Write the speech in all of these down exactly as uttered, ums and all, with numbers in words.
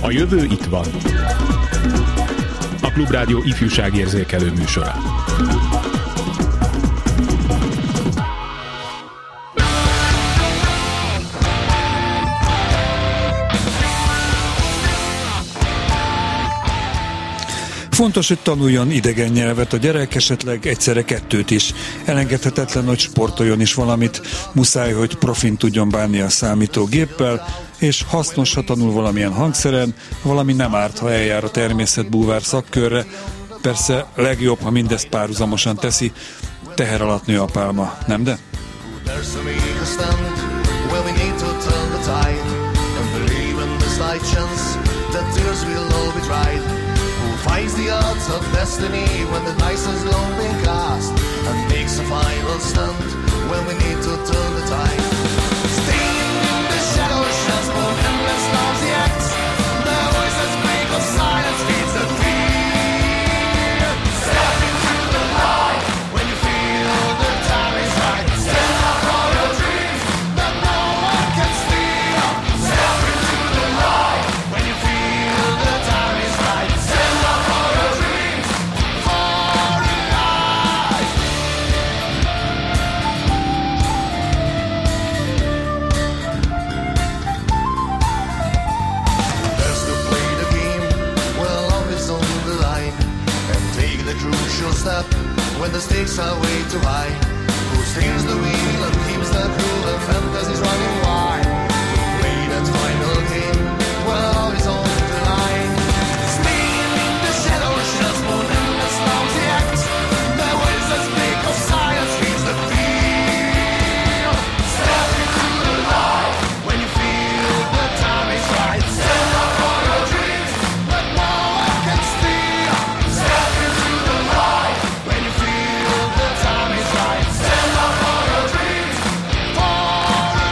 A jövő itt van. A Klubrádió ifjúságérzékelő műsora. Fontos, hogy tanuljon idegen nyelvet a gyerek, esetleg egyszerre kettőt is. Elengedhetetlen, hogy sportoljon is valamit, muszáj, hogy profin tudjon bánni a számítógéppel, és hasznos, ha tanul valamilyen hangszeren, valami nem árt, ha eljár a természetbúvár szakkörre. Persze legjobb, ha mindezt párhuzamosan teszi, teher alatt nő a pálma, nem de? Finds the odds of destiny when the dice has long been cast, and makes a final stand when we need to turn the tide. Staying in the shadows, transform endless love's acts. The voices break of silence feeds the fear. Step into the light when you feel the time is right. Stand up for your dreams that no one can steal. Step into the light when you feel the time is right. Step when the stakes are way too high. Who steers the wheel and keeps the crew and fantasies running wide? To play that final game, well, all is on the line. Staying in the shadows, just born in the slums, the act. The voice that speak of science feeds the feel. Step into the light when you feel the time is right. Stand up for your dreams that no one can steal. Step into the light when you feel the time is right. Stand up for your dreams for a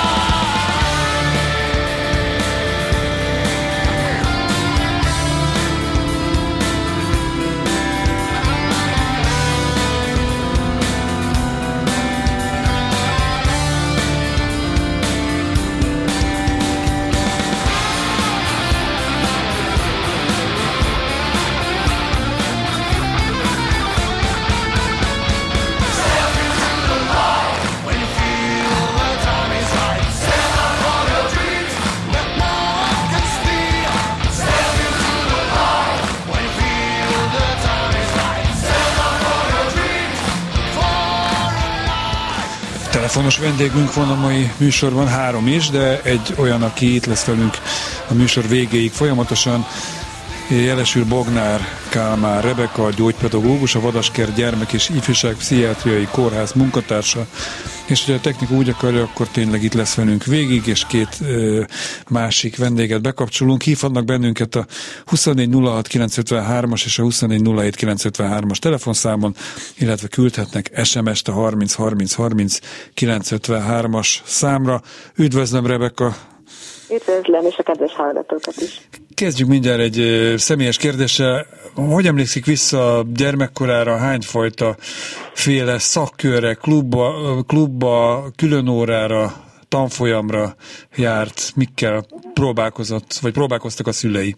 Telefonos vendégünk van a mai műsorban, három is, de egy olyan, aki itt lesz velünk a műsor végéig folyamatosan. Jelesül Bognár Kálmán Rebeka, gyógypedagógus, a Vadaskert Gyermek- és Ifjúságpszichiátriai Kórház munkatársa, és hogyha a technika úgy akarja, akkor tényleg itt lesz velünk végig, és két ö, másik vendéget bekapcsolunk. Hívhatnak bennünket a huszonnégy nulla hat kilencszázötvenhármas és a huszonnégy nulla hét kilencszázötvenhármas telefonszámon, illetve küldhetnek es em es-t a harminc harminc harminc kilencszázötvenhármas számra. Üdvözlöm, Rebeka! Üdvözlöm, és a kedves hallgatókat is! Kezdjük mindjárt egy ö, személyes kérdéssel. Hogy emlékszik vissza a gyermekkorára, hányfajta féle szakkörre, klubba, klubba, külön órára, tanfolyamra járt, mikkel próbálkozott, vagy próbálkoztak a szülei?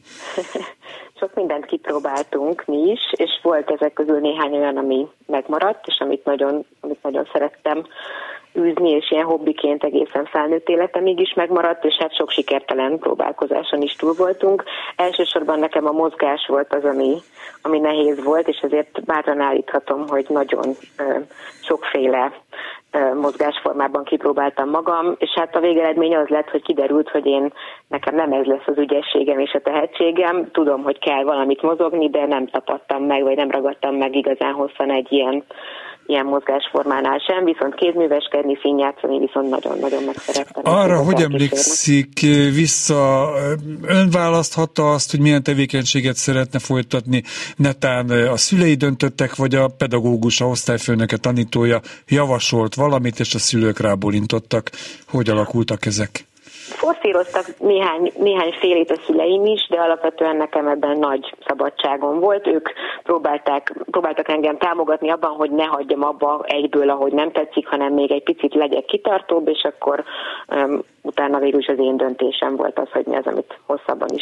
Sok mindent kipróbáltunk mi is, és volt ezek közül néhány olyan, ami megmaradt, és amit nagyon, amit nagyon szerettem űzni, és ilyen hobbiként egészen felnőtt életemig is megmaradt, és hát sok sikertelen próbálkozáson is túl voltunk. Elsősorban nekem a mozgás volt az, ami, ami nehéz volt, és ezért bátran állíthatom, hogy nagyon ö, sokféle ö, mozgásformában kipróbáltam magam, és hát a végeredmény az lett, hogy kiderült, hogy én nekem nem ez lesz az ügyességem és a tehetségem. Tudom, hogy kell valamit mozogni, de nem tapadtam meg, vagy nem ragadtam meg igazán hosszan egy ilyen ilyen mozgásformánál sem, viszont kézműveskedni, színjátszani viszont nagyon-nagyon megszerettem. Arra hogy emlékszik vissza, ön választhatta azt, hogy milyen tevékenységet szeretne folytatni, netán a szülei döntöttek, vagy a pedagógus, a osztályfőnöke, tanítója javasolt valamit, és a szülők rábólintottak. Hogy alakultak ezek? Forszíroztak néhány, néhány félét a szüleim is, de alapvetően nekem ebben nagy szabadságom volt. Ők próbálták, próbáltak engem támogatni abban, hogy ne hagyjam abba egyből, ahogy nem tetszik, hanem még egy picit legyek kitartóbb, és akkor um, utána végül is az én döntésem volt az, hogy mi az, amit hosszabban is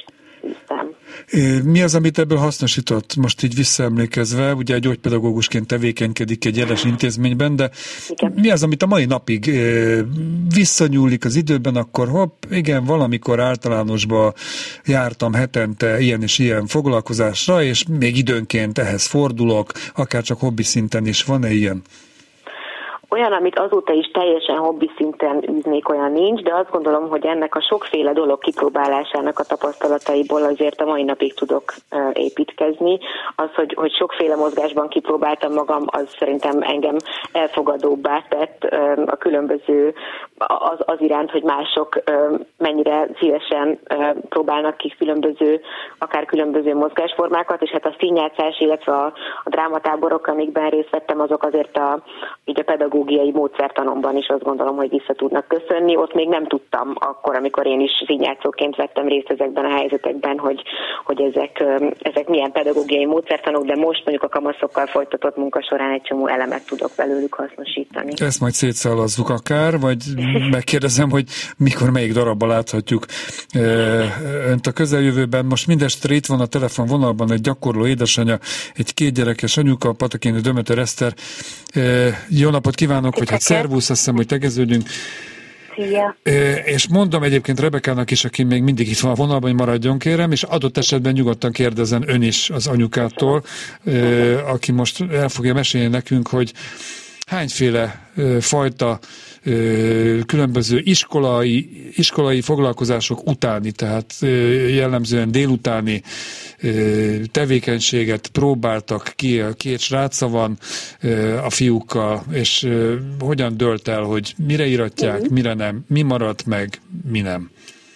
űztem. Mi az, amit ebből hasznosított? Most így visszaemlékezve, ugye gyógypedagógusként tevékenykedik egy jeles intézményben, de igen. Mi az, amit a mai napig visszanyúlik az időben, akkor hopp, igen, valamikor általánosba jártam hetente ilyen és ilyen foglalkozásra, és még időnként ehhez fordulok, akár csak hobbi szinten is. Van-e ilyen? Olyan, amit azóta is teljesen hobbi szinten űznék, olyan nincs, de azt gondolom, hogy ennek a sokféle dolog kipróbálásának a tapasztalataiból azért a mai napig tudok építkezni. Az, hogy, hogy sokféle mozgásban kipróbáltam magam, az szerintem engem elfogadóbbá tett a különböző, az, az iránt, hogy mások mennyire szívesen próbálnak ki különböző, akár különböző mozgásformákat, és hát a színjátszás, illetve a, a drámatáborok, amikben részt vettem, azok azért a, így a pedagógiai módszertanomban is azt gondolom, hogy vissza tudnak köszönni. Ott még nem tudtam akkor, amikor én is színjátszóként vettem részt ezekben a helyzetekben, hogy, hogy ezek, ezek milyen pedagógiai módszertanok, de most mondjuk a kamaszokkal folytatott munka során egy csomó elemet tudok belőlük hasznosítani. Ezt majd szétszállazzuk akár, vagy megkérdezem, hogy mikor melyik darabban láthatjuk önt a közeljövőben. Most mindestre itt van a telefonvonalban egy gyakorló édesanyja, egy kétgyerekes anyuka, Patakéni Dömöter Eszter. Jó napot kívánok, vagy hát szervusz, azt hiszem, hogy tegeződünk. Szia. És mondom egyébként Rebekának is, aki még mindig itt van a vonalban, hogy maradjon kérem, és adott esetben nyugodtan kérdezen ön is az anyukától, aki most el fogja mesélni nekünk, hogy hányféle fajta különböző iskolai, iskolai foglalkozások utáni, tehát jellemzően délutáni tevékenységet próbáltak ki. A két sráca van a fiúkkal, és hogyan dölt el, hogy mire iratják, mm-hmm. mire nem, mi maradt meg, mi nem.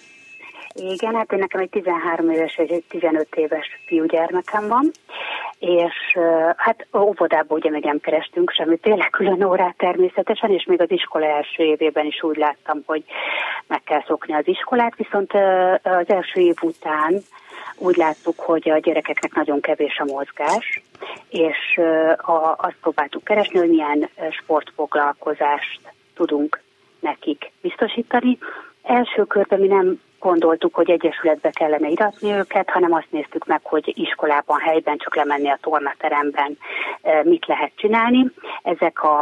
Igen, hát én nekem egy tizenhárom éves és egy tizenöt éves fiúgyermekem van, és hát óvodából ugye még nem kerestünk semmiféle külön órát természetesen, és még az iskola első évében is úgy láttam, hogy meg kell szokni az iskolát, viszont az első év után úgy láttuk, hogy a gyerekeknek nagyon kevés a mozgás, és a, azt próbáltuk keresni, hogy milyen sportfoglalkozást tudunk nekik biztosítani. Első körben mi nem gondoltuk, hogy egyesületbe kellene iratni őket, hanem azt néztük meg, hogy iskolában, helyben, csak lemenni a tornateremben mit lehet csinálni. Ezek a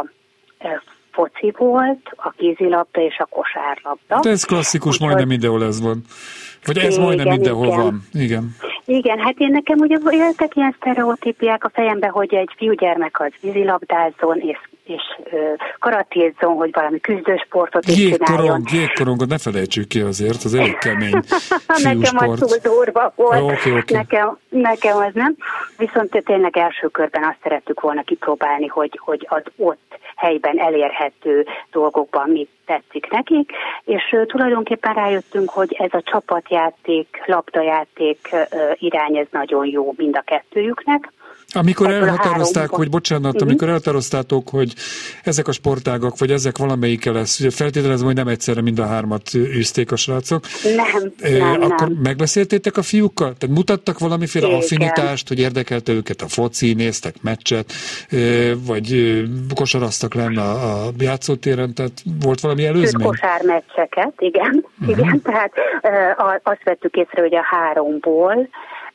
foci volt, a kézilabda és a kosárlabda. De ez klasszikus, úgy, majdnem mindenhol ez van. Vagy ez igen, majdnem mindenhol igen. van. Igen. Igen, hát én nekem ugye jöttek ilyen sztereotípiák a fejembe, hogy egy fiúgyermek az vízilabdázzon, és, és ö, karatézzon, hogy valami küzdősportot is csináljon. Jégkorong, jégkorongot ne felejtsük ki azért, az elég kemény Nekem az túl durva volt, oh, okay, okay. Nekem, nekem az nem. Viszont tényleg első körben azt szerettük volna kipróbálni, hogy, hogy az ott helyben elérhető dolgokban mit tetszik nekik, és uh, tulajdonképpen rájöttünk, hogy ez a csapatjáték, labdajáték uh, irány, ez nagyon jó mind a kettőjüknek. Amikor Ebből elhatározták, hogy bocsánat, uh-huh. amikor elhatároztátok, hogy ezek a sportágak, vagy ezek valamelyike lesz, ugye feltételezem, hogy nem egyszerre mind a hármat űzték a srácok. Nem, e, nem, Akkor nem. megbeszéltétek a fiúkkal? Tehát mutattak valamiféle Igen. affinitást, hogy érdekelte őket a foci, néztek meccset, e, vagy kosaraztak lenne a, a játszótéren, tehát volt valami előzmény? Sőt, kosármeccseket, igen. Uh-huh. igen. Tehát e, azt vettük észre, hogy a háromból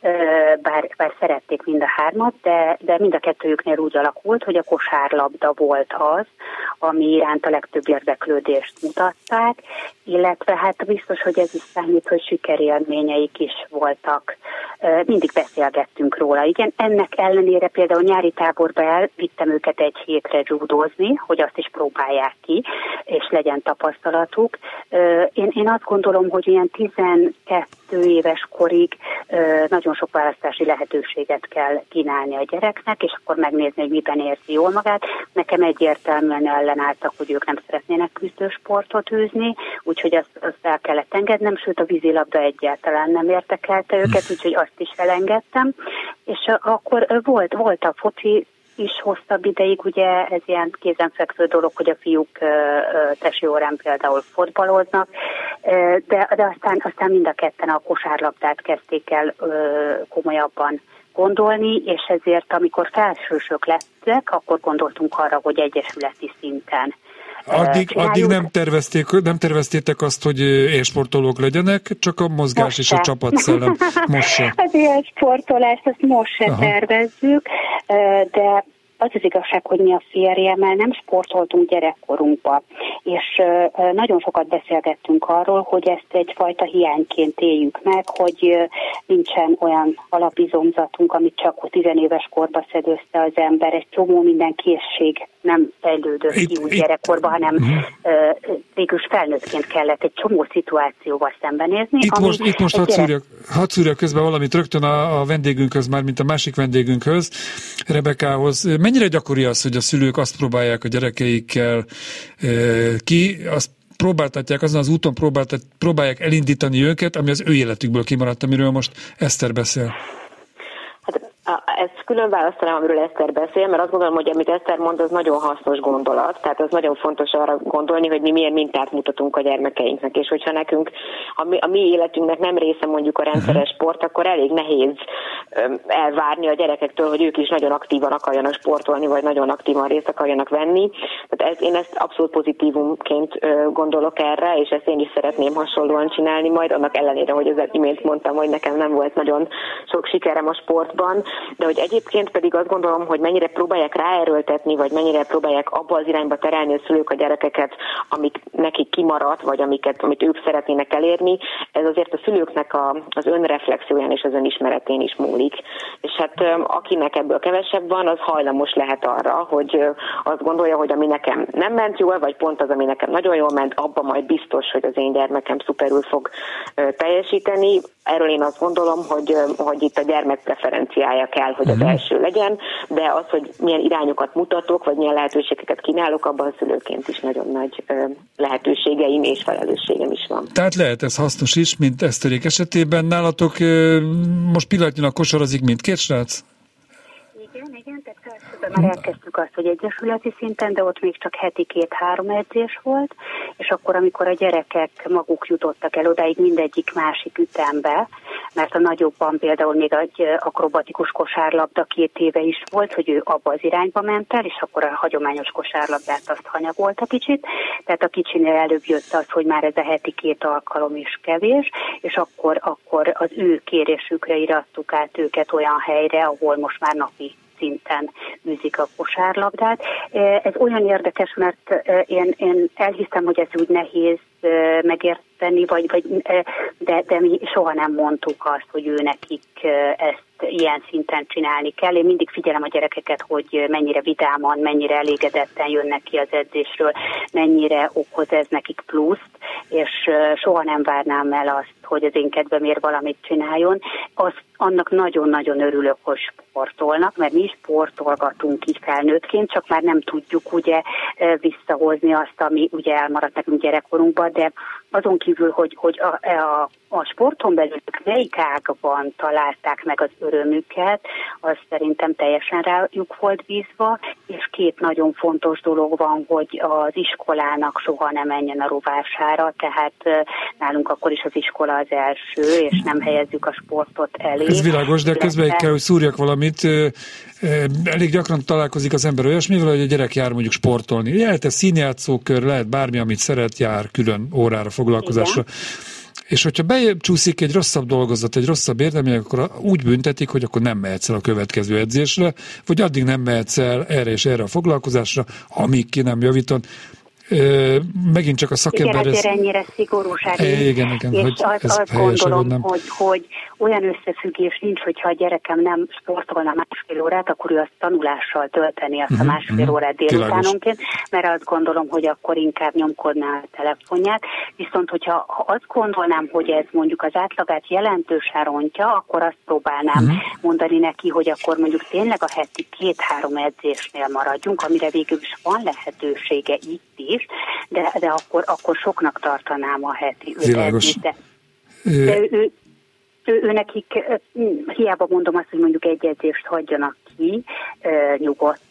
Bár, bár szerették mind a hármat, de, de mind a kettőjüknél úgy alakult, hogy a kosárlabda volt az, ami iránt a legtöbb érdeklődést mutatták, illetve hát biztos, hogy ez is számít, hogy sikerélményeik is voltak. Mindig beszélgettünk róla. Igen, ennek ellenére például nyári táborba elvittem őket egy hétre judózni, hogy azt is próbálják ki, és legyen tapasztalatuk. Én, én azt gondolom, hogy ilyen tizenkettő éves korig nagyon sok választási lehetőséget kell kínálni a gyereknek, és akkor megnézni, hogy miben érzi jól magát. Nekem egyértelműen ellenálltak, hogy ők nem szeretnének küzdősportot űzni, úgyhogy azt, azt el kellett engednem, sőt a vízilabda egyáltalán nem érdekelte őket, úgyhogy azt is elengedtem. És akkor volt, volt a foci is hosszabb ideig, ugye ez ilyen kézenfekvő dolog, hogy a fiúk tesi órán például fotbaloznak, de, de aztán, aztán mind a ketten a kosárlabdát kezdték el komolyabban gondolni, és ezért amikor felsősök lettek, akkor gondoltunk arra, hogy egyesületi szinten Addig, addig nem, tervezték, nem terveztétek azt, hogy élsportolók legyenek, csak a mozgás most és se. A csapatszellem most se. Az élsportolást azt most se Aha. tervezzük, de az az igazság, hogy mi a férjemmel nem sportoltunk gyerekkorunkban, és nagyon sokat beszélgettünk arról, hogy ezt egyfajta hiányként éljük meg, hogy nincsen olyan alapizomzatunk, amit csak tizenéves korba szedőzte az ember, egy csomó minden készség nem fejlődött itt, ki úgy gyerekkorban, hanem uh-huh. végülis felnőttként kellett egy csomó szituációval szembenézni. Itt most, itt most hadd gyerek... szúrjak, hadd szúrjak közben valamit rögtön a, a vendégünkhöz, már mint a másik vendégünkhöz, Rebekához. Mennyire gyakori az, hogy a szülők azt próbálják a gyerekeikkel ki, azt próbáltatják, azon az úton próbálják elindítani őket, ami az ő életükből kimaradt, amiről most Eszter beszél. Ezt külön választanám, amiről Eszter beszél, mert azt gondolom, hogy amit Eszter mond, az nagyon hasznos gondolat. Tehát az nagyon fontos arra gondolni, hogy mi milyen mintát mutatunk a gyermekeinknek, és hogyha nekünk a mi, a mi életünknek nem része mondjuk a rendszeres sport, akkor elég nehéz elvárni a gyerekektől, hogy ők is nagyon aktívan akarjanak sportolni, vagy nagyon aktívan részt akarjanak venni. Tehát ez, én ezt abszolút pozitívumként gondolok erre, és ezt én is szeretném hasonlóan csinálni, majd annak ellenére, hogy az imént mondtam, hogy nekem nem volt nagyon sok sikerem a sportban, de hogy egyébként pedig azt gondolom, hogy mennyire próbálják ráerőltetni, vagy mennyire próbálják abba az irányba terelni a szülők a gyerekeket, amik nekik kimaradt, vagy amiket, amit ők szeretnének elérni, ez azért a szülőknek a, az önreflexióján és az önismeretén is múlik. És hát akinek ebből kevesebb van, az hajlamos lehet arra, hogy azt gondolja, hogy ami nekem nem ment jól, vagy pont az, ami nekem nagyon jól ment, abban majd biztos, hogy az én gyermekem szuperül fog teljesíteni. Erről én azt gondolom, hogy, hogy itt a gyermek preferenciája kell, hogy az első legyen, de az, hogy milyen irányokat mutatok, vagy milyen lehetőségeket kínálok, abban a szülőként is nagyon nagy lehetőségeim és felelősségem is van. Tehát lehet ez hasznos is, mint Eszterék esetében. Nálatok most pillanatnyilag kosarazik mindkét srác? Igen, igen, tehát felszóban már elkezdtük azt, hogy egyesületi szinten, de ott még csak heti két-három edzés volt, és akkor, amikor a gyerekek maguk jutottak el odáig mindegyik másik ütembe, mert a nagyobban például még egy akrobatikus kosárlabda két éve is volt, hogy ő abba az irányba ment el, és akkor a hagyományos kosárlabdát azt hanyagolta kicsit, tehát a kicsinél előbb jött az, hogy már ez a heti két alkalom is kevés, és akkor, akkor az ő kérésükre irattuk át őket olyan helyre, ahol most már napi szinten űzik a kosárlabdát. Ez olyan érdekes, mert én, én elhiszem, hogy ez úgy nehéz megérteni, vagy, vagy, de, de mi soha nem mondtuk azt, hogy ő nekik ezt ilyen szinten csinálni kell. Én mindig figyelem a gyerekeket, hogy mennyire vidáman, mennyire elégedetten jönnek ki az edzésről, mennyire okoz ez nekik pluszt, és soha nem várnám el azt, hogy az én kedvemért valamit csináljon. Az, annak nagyon-nagyon örülök, hogy sportolnak, mert mi sportolgatunk így felnőttként, csak már nem tudjuk ugye visszahozni azt, ami ugye elmaradt nekünk gyerekkorunkban, de azon kívül, hogy, hogy a, a, a sporton belül melyik ágban találták meg az örömüket, az szerintem teljesen rájuk volt bízva, és két nagyon fontos dolog van, hogy az iskolának soha nem menjen a rovására, tehát nálunk akkor is az iskola az első, és nem helyezzük a sportot elé. Ez világos, de közben kell, hogy szúrjak valamit. Elég gyakran találkozik az ember olyasmivel, hogy a gyerek jár mondjuk sportolni. Lehet ez színjátszókör, lehet bármi, amit szeret, jár külön órára, foglalkozásra. Igen. És hogyha becsúszik egy rosszabb dolgozat, egy rosszabb érdemi, akkor úgy büntetik, hogy akkor nem mehetsz el a következő edzésre, vagy addig nem mehetsz el erre és erre a foglalkozásra, amíg ki nem javíton. Megint csak a szakember... Igen, ezért ennyire szigorúság. Igen, igen, és hogy azt, ez azt gondolom, nem. Hogy, hogy olyan összefüggés nincs, hogyha a gyerekem nem sportolna másfél órát, akkor ő azt tanulással tölteni azt uh-huh, a másfél uh-huh, órát délutánonként, mert azt gondolom, hogy akkor inkább nyomkodná a telefonját. Viszont, hogyha ha azt gondolnám, hogy ez mondjuk az átlagát jelentősen rontja, akkor azt próbálnám uh-huh. mondani neki, hogy akkor mondjuk tényleg a heti két-három edzésnél maradjunk, amire végül is van lehetősége itt is, de, de akkor, akkor soknak tartanám a heti öt de, de ő, ő, ő, ő nekik hiába mondom azt, hogy mondjuk egy edzést hagyjanak ki nyugodt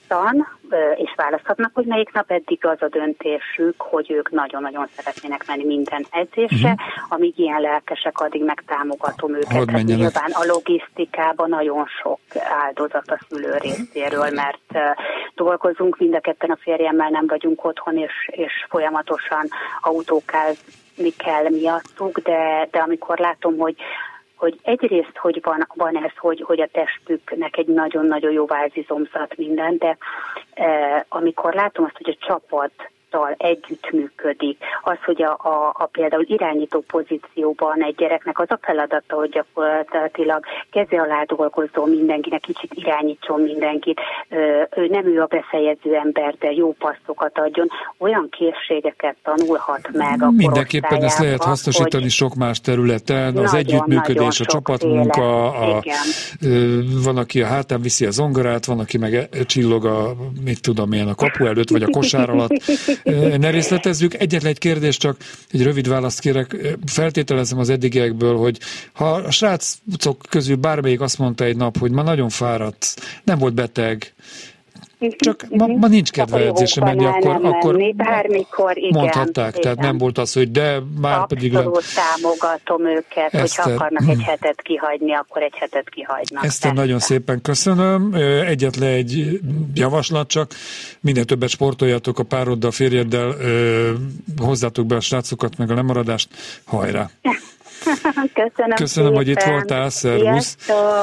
hosszan, és választhatnak, hogy melyik nap. Eddig az a döntésük, hogy ők nagyon-nagyon szeretnének menni minden edzésre, uh-huh. amíg ilyen lelkesek, addig meg támogatom őket. Tehát nyilván a logisztikában nagyon sok áldozat a szülő részéről, mert dolgozunk, mind a ketten a férjemmel nem vagyunk otthon, és, és folyamatosan autókázni kell miattuk, de, de amikor látom, hogy hogy egyrészt, hogy van, van ez, hogy, hogy a testüknek egy nagyon-nagyon jó vázizomzat minden, de eh, amikor látom azt, hogy a csapattal együttműködik, az, hogy a, a, a például irányító pozícióban egy gyereknek az a feladata, hogy gyakorlatilag keze alá dolgozzon mindenkinek, kicsit irányítson mindenkit, ő nem ő a befejező ember, de jó passzokat adjon, olyan készségeket tanulhat meg a mindenképpen ezt lehet hasznosítani sok más területen, az nagyon, együttműködés, a csapatmunka, a, van, aki a hátán viszi a zongorát, van, aki meg csillog a, mit tudom én, a kapu előtt, vagy a kosár alatt. Ne részletezzük. Egyetlen egy kérdés, csak egy rövid választ kérek. Feltételezem az eddigiekből, hogy ha a srácok közül bármelyik azt mondta egy nap, hogy ma nagyon fáradt, nem volt beteg, csak ma, ma nincs kedve edzésre menni, akkor, akkor menni, bármikor, igen, mondhatták. Igen. Tehát nem volt az, hogy de már abszolút pedig... Abszolút támogatom őket, Eszter, hogyha akarnak egy hetet kihagyni, akkor egy hetet kihagynak. Eszter, nagyon szépen köszönöm. Egyetlen egy javaslat csak, minél többet sportoljatok a pároddal, férjeddel, hozzátok be a srácokat, meg a lemaradást. Hajrá! Köszönöm, Köszönöm, hogy itt voltál, szervusz.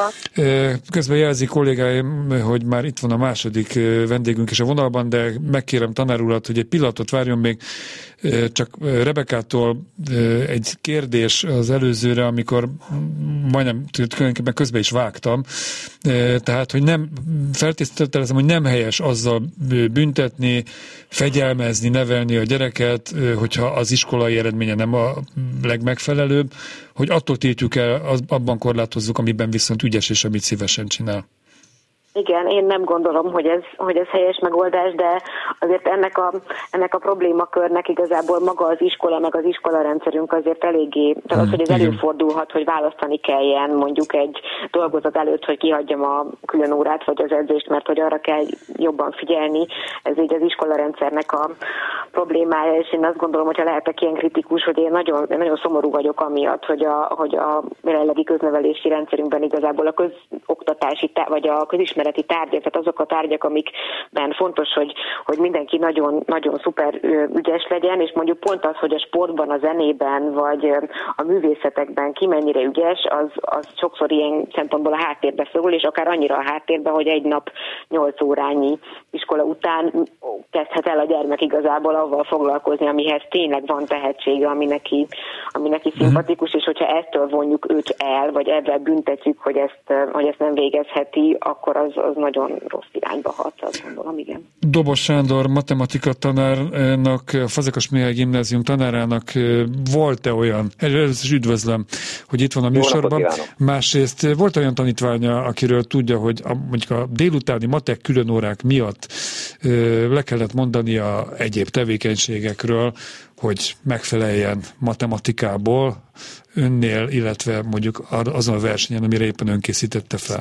Közben jelzi kollégáim, hogy már itt van a második vendégünk is a vonalban, de megkérem tanár urat, hogy egy pillanatot várjon még, csak Rebekától egy kérdés az előzőre, amikor majdnem tulajdonképpen közben is vágtam, tehát, hogy nem, feltételezem, hogy nem helyes azzal büntetni, fegyelmezni, nevelni a gyereket, hogyha az iskolai eredménye nem a legmegfelelőbb, hogy attól tiltjuk el, az, abban korlátozzuk, amiben viszont ügyes és amit szívesen csinál. Igen, én nem gondolom, hogy ez, hogy ez helyes megoldás, de azért ennek a, ennek a problémakörnek igazából maga az iskola, meg az iskolarendszerünk azért eléggé, tehát az, hogy ez előfordulhat, hogy választani kelljen mondjuk egy dolgozat előtt, hogy kihagyjam a külön órát vagy az edzést, mert hogy arra kell jobban figyelni. Ez így az iskolarendszernek a problémája, és én azt gondolom, hogyha lehetek ilyen kritikus, hogy én nagyon, nagyon szomorú vagyok amiatt, hogy a, hogy a jelenlegi köznevelési rendszerünkben igazából a közoktatási vagy a közismeret tárgyak, tehát azok a tárgyak, amikben fontos, hogy, hogy mindenki nagyon, nagyon szuper ügyes legyen, és mondjuk pont az, hogy a sportban, a zenében, vagy a művészetekben ki mennyire ügyes, az, az sokszor ilyen szempontból a háttérbe szorul, és akár annyira a háttérbe, hogy egy nap nyolc órányi iskola után kezdhet el a gyermek igazából avval foglalkozni, amihez tényleg van tehetsége, ami neki, ami neki szimpatikus, és hogyha ettől vonjuk őt el, vagy ebben büntetjük, hogy ezt, hogy ezt nem végezheti, akkor az az nagyon rossz irányba hat, azt gondolom, igen. Dobos Sándor matematika tanárnak, a Fazekas Mihály Gimnázium tanárának volt-e olyan, először is üdvözlöm, hogy itt van a műsorban. Másrészt volt olyan tanítványa, akiről tudja, hogy a, mondjuk a délutáni matek különórák miatt le kellett mondani a egyéb tevékenységekről, hogy megfeleljen matematikából önnél, illetve mondjuk azon a versenyen, amire éppen ön készítette fel.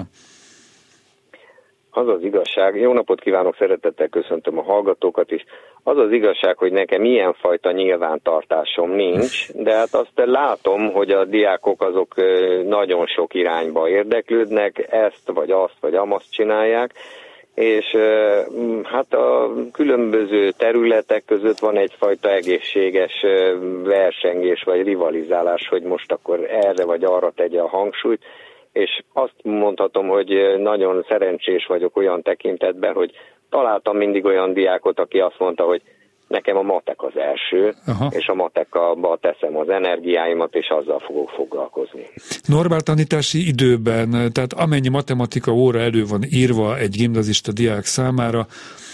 Az az igazság, jó napot kívánok, szeretettel köszöntöm a hallgatókat is. Az az igazság, hogy nekem ilyenfajta nyilvántartásom nincs, de hát azt látom, hogy a diákok azok nagyon sok irányba érdeklődnek, ezt vagy azt vagy amazt csinálják, és hát a különböző területek között van egyfajta egészséges versengés vagy rivalizálás, hogy most akkor erre vagy arra tegye a hangsúlyt, és azt mondhatom, hogy nagyon szerencsés vagyok olyan tekintetben, hogy találtam mindig olyan diákot, aki azt mondta, hogy nekem a matek az első, aha, és a matekba teszem az energiáimat, és azzal fogok foglalkozni. Normál tanítási időben, tehát amennyi matematika óra elő van írva egy gimnazista diák számára,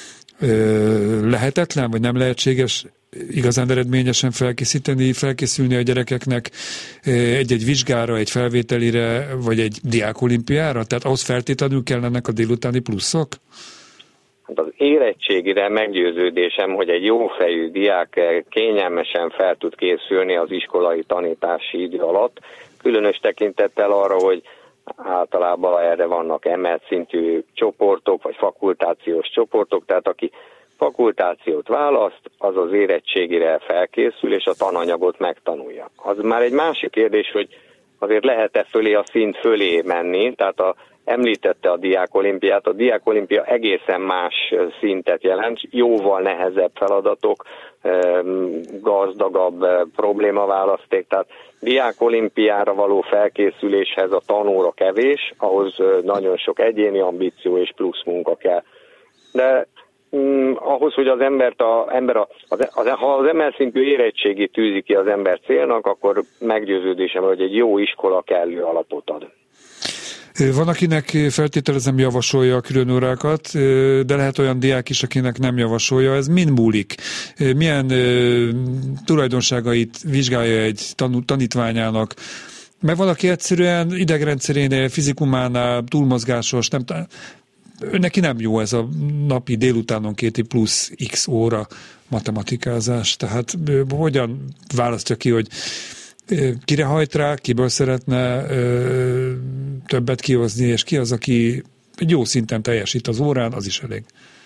lehetetlen, vagy nem lehetséges igazán eredményesen felkészíteni, felkészülni a gyerekeknek egy-egy vizsgára, egy felvételire, vagy egy diákolimpiára? Tehát ahhoz feltétlenül kellenek a délutáni pluszok? Hát az érettségire meggyőződésem, hogy egy jófejű diák kényelmesen fel tud készülni az iskolai tanítási idő alatt, különös tekintettel arra, hogy általában erre vannak emelt szintű csoportok, vagy fakultációs csoportok, tehát aki fakultációt választ, az az érettségire felkészül, és a tananyagot megtanulja. Az már egy másik kérdés, hogy azért lehet-e fölé a szint fölé menni, tehát a, említette a diákolimpiát, a diákolimpia egészen más szintet jelent, jóval nehezebb feladatok, gazdagabb problémaválaszték, tehát diákolimpiára való felkészüléshez a tanóra kevés, ahhoz nagyon sok egyéni ambíció és plusz munka kell. De Mm, ahhoz, hogy az embert a, ember a, az, az, ha az emelszintű érettségi tűzi ki az ember célnak, akkor meggyőződésem, hogy egy jó iskola kellő alapot ad. Van, akinek feltételezem javasolja a különórákat, de lehet olyan diák is, akinek nem javasolja. Ez mind múlik? Milyen tulajdonságait vizsgálja egy tanú, tanítványának? Mert valaki egyszerűen idegrendszerénél, fizikumánál túlmozgásos, nem neki nem jó ez a napi délutánonkéti plusz x óra matematikázás. Tehát hogyan választja ki, hogy kire hajt rá, kiből szeretne ö, többet kihozni, és ki az, aki egy jó szinten teljesít az órán, az is elég.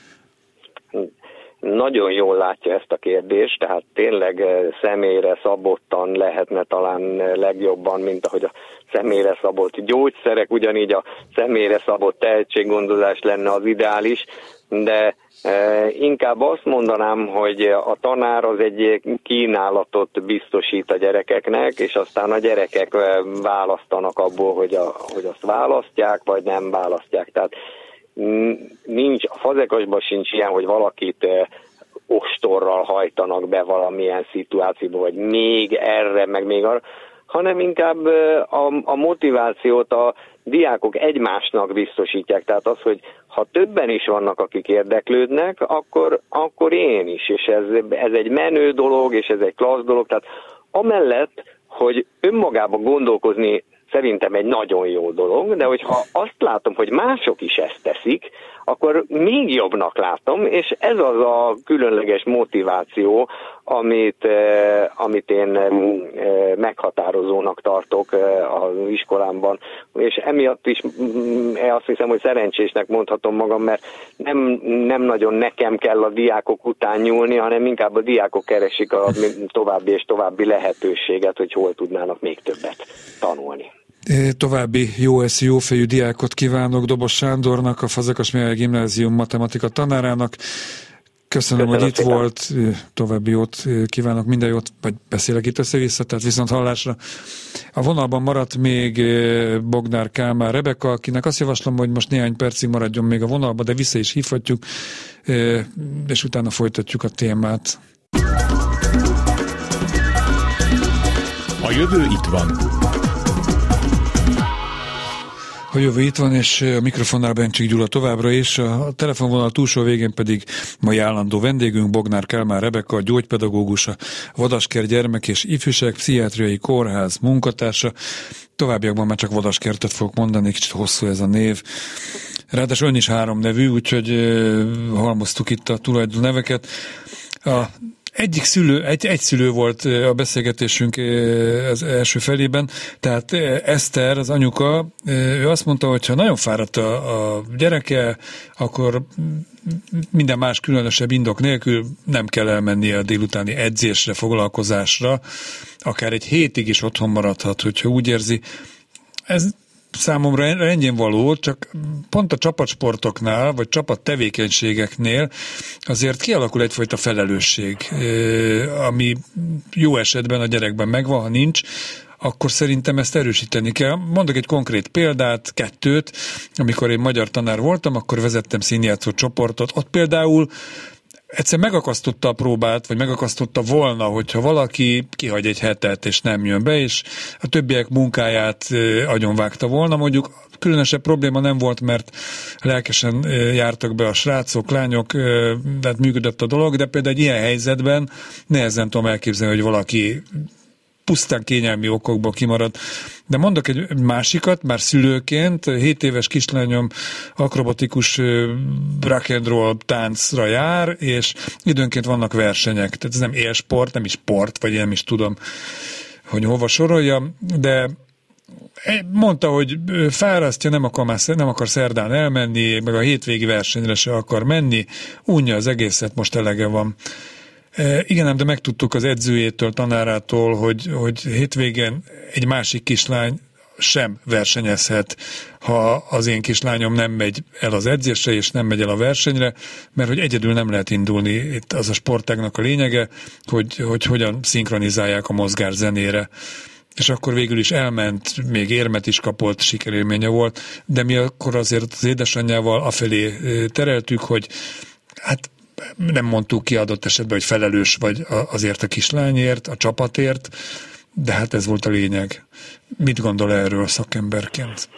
Nagyon jól látja ezt a kérdést, tehát tényleg személyre szabottan lehetne talán legjobban, mint ahogy a személyre szabott gyógyszerek, ugyanígy a személyre szabott tehetséggondozás lenne az ideális, de e, inkább azt mondanám, hogy a tanár az egy kínálatot biztosít a gyerekeknek, és aztán a gyerekek választanak abból, hogy, a, hogy azt választják, vagy nem választják. Tehát nincs, a fazekasban sincs ilyen, hogy valakit ostorral hajtanak be valamilyen szituációba, vagy még erre, meg még arra, hanem inkább a, a motivációt a diákok egymásnak biztosítják. Tehát az, hogy ha többen is vannak, akik érdeklődnek, akkor, akkor én is, és ez, ez egy menő dolog, és ez egy klassz dolog. Tehát amellett, hogy önmagában gondolkozni szerintem egy nagyon jó dolog, de hogyha azt látom, hogy mások is ezt teszik, akkor még jobbnak látom, és ez az a különleges motiváció, amit, eh, amit én eh, meghatározónak tartok eh, az iskolámban. És emiatt is eh, azt hiszem, hogy szerencsésnek mondhatom magam, mert nem, nem nagyon nekem kell a diákok után nyúlni, hanem inkább a diákok keresik a további és további lehetőséget, hogy hol tudnának még többet tanulni. További jó eszű, jófejű diákot kívánok Dobos Sándornak, a Fazekas-Mérei Gimnázium matematika tanárának. Köszönöm, Köszönöm hogy itt szépen. Volt. További jót kívánok, minden jót, vagy beszélek itt össze-vissza, tehát viszont hallásra. A vonalban maradt még Bognár Kálmán Rebeka, akinek azt javaslom, hogy most néhány percig maradjon még a vonalba, de vissza is hívhatjuk, és utána folytatjuk a témát. A jövő itt van. A jövő itt van, és a mikrofonnál Bencsik Gyula továbbra is. A telefonvonal túlsó végén pedig mai állandó vendégünk Bognár Kálmán Rebeka, gyógypedagógus, a Vadasker Gyermek és Ifjúság Pszichiátriai Kórház munkatársa. Továbbiakban már csak Vadaskertet fogok mondani, kicsit hosszú ez a név. Ráadásul ön is három nevű, úgyhogy halmoztuk itt a tulajdonneveket. A Egyik szülő, egy, egy szülő volt a beszélgetésünk az első felében, tehát Eszter, az anyuka, ő azt mondta, hogy ha nagyon fáradt a, a gyereke, akkor minden más különösebb indok nélkül nem kell elmennie a délutáni edzésre, foglalkozásra, akár egy hétig is otthon maradhat, hogyha úgy érzi. Ez számomra rendjén való, csak pont a csapatsportoknál, vagy csapattevékenységeknél azért kialakul egyfajta felelősség, ami jó esetben a gyerekben megvan, ha nincs, akkor szerintem ezt erősíteni kell. Mondok egy konkrét példát, kettőt. Amikor én magyar tanár voltam, akkor vezettem színjátszó csoportot. Ott például egyszer megakasztotta a próbát, vagy megakasztotta volna, hogyha valaki kihagy egy hetet, és nem jön be, és a többiek munkáját agyonvágta volna. Mondjuk különösebb probléma nem volt, mert lelkesen jártak be a srácok, lányok, tehát működött a dolog, de például egy ilyen helyzetben nehezen tudom elképzelni, hogy valaki pusztán kényelmi okokból kimarad. De mondok egy másikat, már szülőként, hét éves kislányom akrobatikus rock and roll táncra jár, és időnként vannak versenyek. Tehát ez nem élsport, nem is sport, vagy nem is tudom, hogy hova soroljam, de mondta, hogy fárasztja, nem akar, már, nem akar szerdán elmenni, meg a hétvégi versenyre se akar menni, unja az egészet, most elege van. E, igen, de megtudtuk az edzőjétől, tanárától, hogy, hogy hétvégén egy másik kislány sem versenyezhet, ha az én kislányom nem megy el az edzésre, és nem megy el a versenyre, mert hogy egyedül nem lehet indulni. Itt az a sportágnak a lényege, hogy, hogy hogyan szinkronizálják a mozgás zenére. És akkor végül is elment, még érmet is kapott, sikerélménye volt, de mi akkor azért az édesanyjával afelé tereltük, hogy hát nem mondtuk ki adott esetben, hogy felelős vagy azért a kislányért, a csapatért, de hát ez volt a lényeg. Mit gondol erről szakemberként?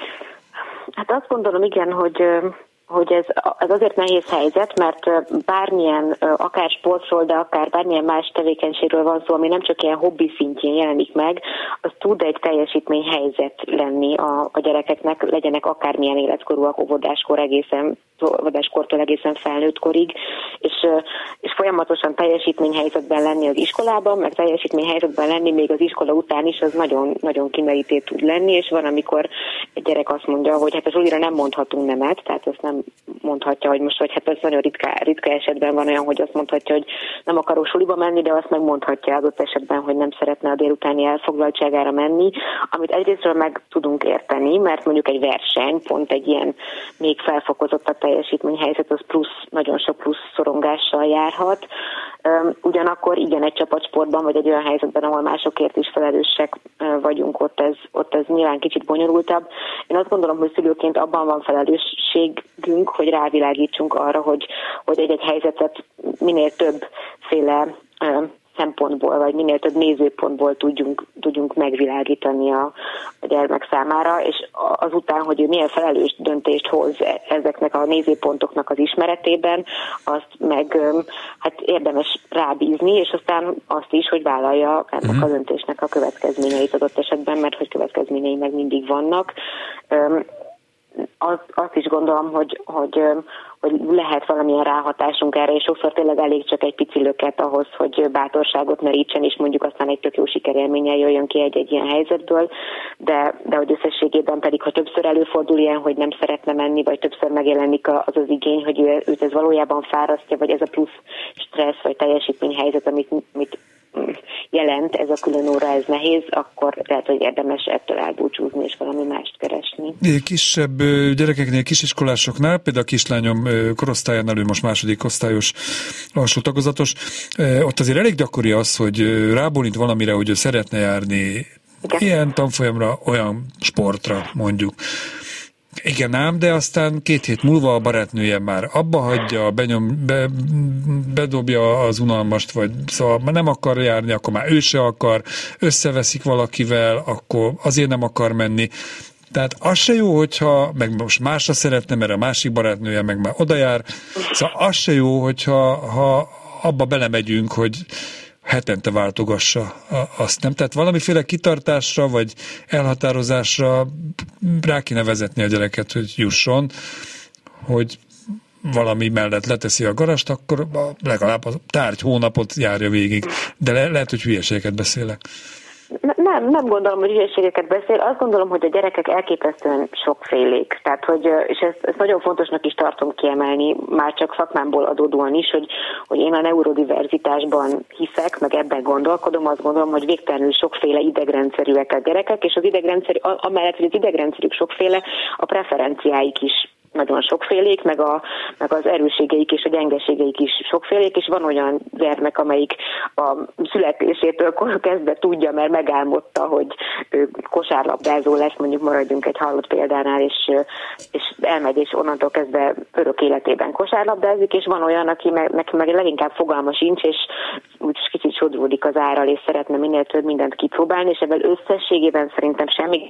Hát azt gondolom, igen, hogy, hogy ez, ez azért nehéz helyzet, mert bármilyen, akár sportról, de akár bármilyen más tevékenységről van szó, ami nem csak ilyen hobbi szintjén jelenik meg, az tud egy teljesítményhelyzet lenni a, a gyerekeknek, legyenek akármilyen életkorúak, óvodáskor egészen, óvodáskortól egészen felnőtt korig, és, és folyamatosan teljesítményhelyzetben lenni az iskolában, meg teljesítményhelyzetben lenni még az iskola után is, az nagyon, nagyon kimerítő tud lenni, és van, amikor egy gyerek azt mondja, hogy hát az ulira nem mondhatunk nemet, tehát ezt nem mondhatja, hogy most, hogy hát ez nagyon ritka, ritka esetben van olyan, hogy azt mondhatja, hogy nem akarok suliba menni, de azt megmondhatja adott esetben, hogy nem szeretne a délutáni elfoglaltságára menni, amit egyrésztről meg tudunk érteni, mert mondjuk egy verseny, pont egy ilyen még felfokozottabb teljesítményhelyzet, az plusz, nagyon sok plusz szorongással járhat. Ugyanakkor igen, egy csapatsportban, vagy egy olyan helyzetben, ahol másokért is felelősek vagyunk, ott ez, ott ez nyilván kicsit bonyolultabb. Én azt gondolom, hogy szülőként abban van felelősségünk, hogy rávilágítsunk arra, hogy, hogy egy-egy helyzetet minél többféle szempontból, vagy minél több nézőpontból tudjunk, tudjunk megvilágítani a, a gyermek számára, és azután, hogy ő milyen felelős döntést hoz ezeknek a nézőpontoknak az ismeretében, azt meg hát érdemes rábízni, és aztán azt is, hogy vállalja ennek a döntésnek a következményeit adott esetben, mert hogy következményei meg mindig vannak. Azt, azt is gondolom, hogy, hogy, hogy lehet valamilyen ráhatásunk erre, és sokszor tényleg elég csak egy pici löket ahhoz, hogy bátorságot merítsen, és mondjuk aztán egy tök jó sikerélménnyel jöjjön ki egy-egy ilyen helyzetből, de, de hogy összességében pedig, ha többször előfordul ilyen, hogy nem szeretne menni, vagy többször megjelenik az az igény, hogy ő, őt ez valójában fárasztja, vagy ez a plusz stressz, vagy teljesítményhelyzet, amit, amit jelent ez a külön óra, ez nehéz, akkor lehet, hogy érdemes ettől elbúcsúzni és valami mást keresni. Kisebb gyerekeknél, kisiskolásoknál, például a kislányom korosztályánál, ő most második osztályos alsó tagozatos, ott azért elég gyakori az, hogy rábólint valamire, hogy ő szeretne járni igen. Ilyen tanfolyamra, olyan sportra mondjuk. Igen ám, de aztán két hét múlva a barátnője már abba hagyja, benyom, be, bedobja az unalmast, vagy szóval már nem akar járni, akkor már ő se akar, összeveszik valakivel, akkor azért nem akar menni. Tehát az se jó, hogyha, meg most másra szeretne, mert a másik barátnője meg már oda jár. Szóval az se jó, hogyha ha abba belemegyünk, hogy hetente váltogassa azt, nem? Tehát valamiféle kitartásra, vagy elhatározásra rá kéne vezetni a gyereket, hogy jusson, hogy valami mellett leteszi a garast, akkor legalább a tárgy hónapot járja végig. De le- lehet, hogy hülyeségeket beszélek. Nem, nem gondolom, hogy hülyeségeket beszél, azt gondolom, hogy a gyerekek elképesztően sokfélék. Tehát, hogy, és ezt, ezt nagyon fontosnak is tartom kiemelni, már csak szakmámból adódóan is, hogy, hogy én a neurodiverzitásban hiszek, meg ebben gondolkodom, azt gondolom, hogy végtelenül sokféle idegrendszerűek a gyerekek, és az idegrendszerű, amellett, hogy az idegrendszerük sokféle, a preferenciáik is nagyon sokfélék, meg, a, meg az erősségeik és a gyengeségeik is sokfélék, és van olyan gyermek, amelyik a születésétől kezdve tudja, mert megálmodta, hogy ő kosárlabdázó lesz, mondjuk maradjunk egy hallott példánál, és, és elmegy, és onnantól kezdve örök életében kosárlabdázik, és van olyan, aki meg, neki meg leginkább fogalma sincs, és úgy kicsit sodródik az árral, és szeretne minél több mindent kipróbálni, és ebben összességében szerintem semmi